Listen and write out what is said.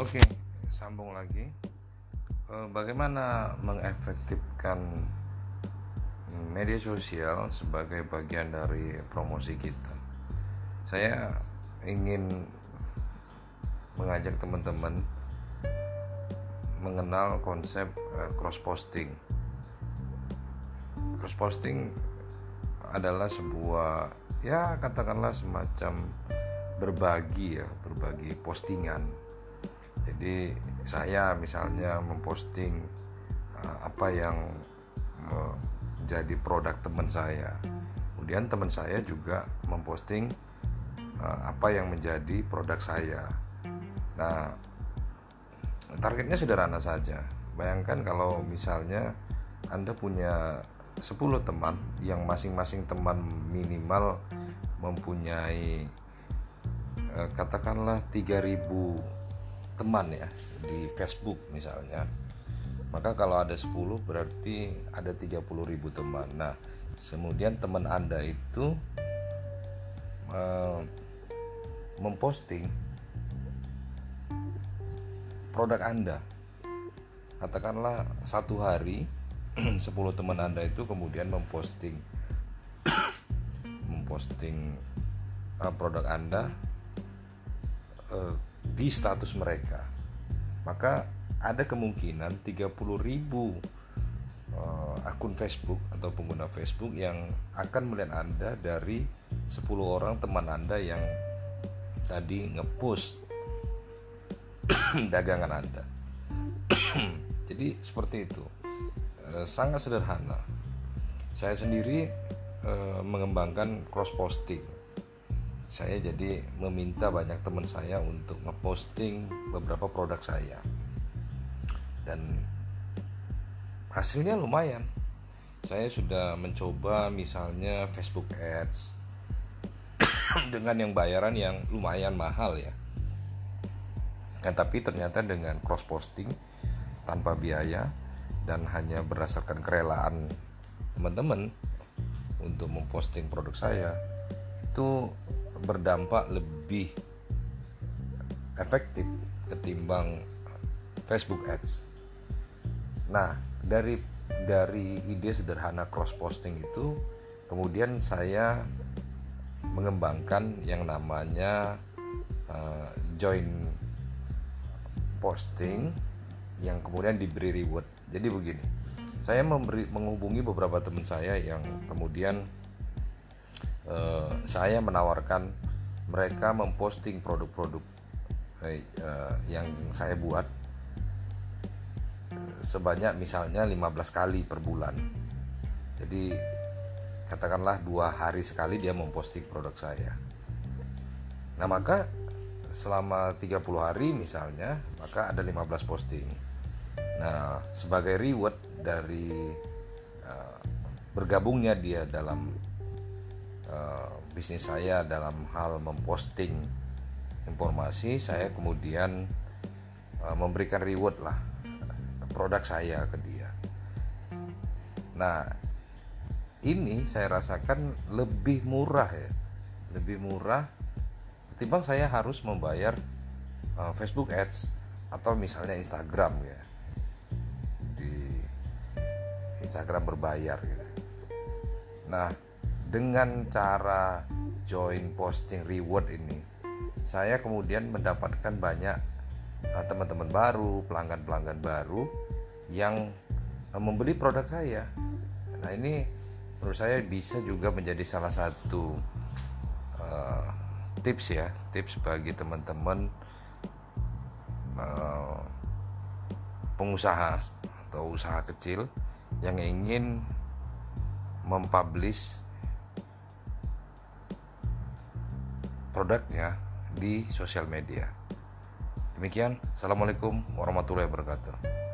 Oke, sambung lagi. Bagaimana mengefektifkan media sosial sebagai bagian dari promosi kita? Saya ingin mengajak teman-teman mengenal konsep cross posting. Cross posting adalah sebuah, ya katakanlah semacam berbagi postingan. Jadi saya misalnya memposting apa yang menjadi produk teman saya, kemudian teman saya juga memposting apa yang menjadi produk saya. Nah, targetnya sederhana saja. Bayangkan kalau misalnya Anda punya 10 teman, yang masing-masing teman minimal mempunyai katakanlah 3.000 teman ya di Facebook misalnya. Maka kalau ada 10 berarti ada 30.000 teman. Nah, kemudian teman Anda itu memposting produk Anda. Katakanlah satu hari 10 teman Anda itu kemudian memposting produk Anda di status mereka. Maka ada kemungkinan 30.000 akun Facebook atau pengguna Facebook yang akan melihat Anda dari 10 orang teman Anda yang tadi ngepost dagangan Anda. Jadi seperti itu. Sangat sederhana. Saya sendiri mengembangkan cross posting. Saya jadi meminta banyak teman saya untuk ngeposting beberapa produk saya, dan hasilnya lumayan. Saya sudah mencoba misalnya Facebook Ads dengan yang bayaran yang lumayan mahal ya. Nah, tapi ternyata dengan cross posting tanpa biaya dan hanya berdasarkan kerelaan teman-teman untuk memposting produk saya, itu berdampak lebih efektif ketimbang Facebook Ads. Nah, dari ide sederhana cross posting itu kemudian saya mengembangkan yang namanya join posting yang kemudian diberi reward. Jadi begini, saya menghubungi beberapa teman saya yang kemudian saya menawarkan mereka memposting produk-produk yang saya buat sebanyak misalnya 15 kali per bulan. Jadi katakanlah 2 hari sekali dia memposting produk saya. Nah, maka selama 30 hari misalnya, maka ada 15 posting. Nah, sebagai reward dari bergabungnya dia dalam bisnis saya dalam hal memposting informasi, saya kemudian memberikan reward lah produk saya ke dia. Nah, ini saya rasakan lebih murah ketimbang saya harus membayar Facebook Ads atau misalnya Instagram ya, di Instagram berbayar gitu. Nah, dengan cara join posting reward ini, saya kemudian mendapatkan banyak teman-teman baru, pelanggan-pelanggan baru yang membeli produk saya. Nah, ini menurut saya bisa juga menjadi salah satu tips bagi teman-teman pengusaha atau usaha kecil yang ingin mempublish produknya di sosial media. Demikian, assalamualaikum warahmatullahi wabarakatuh.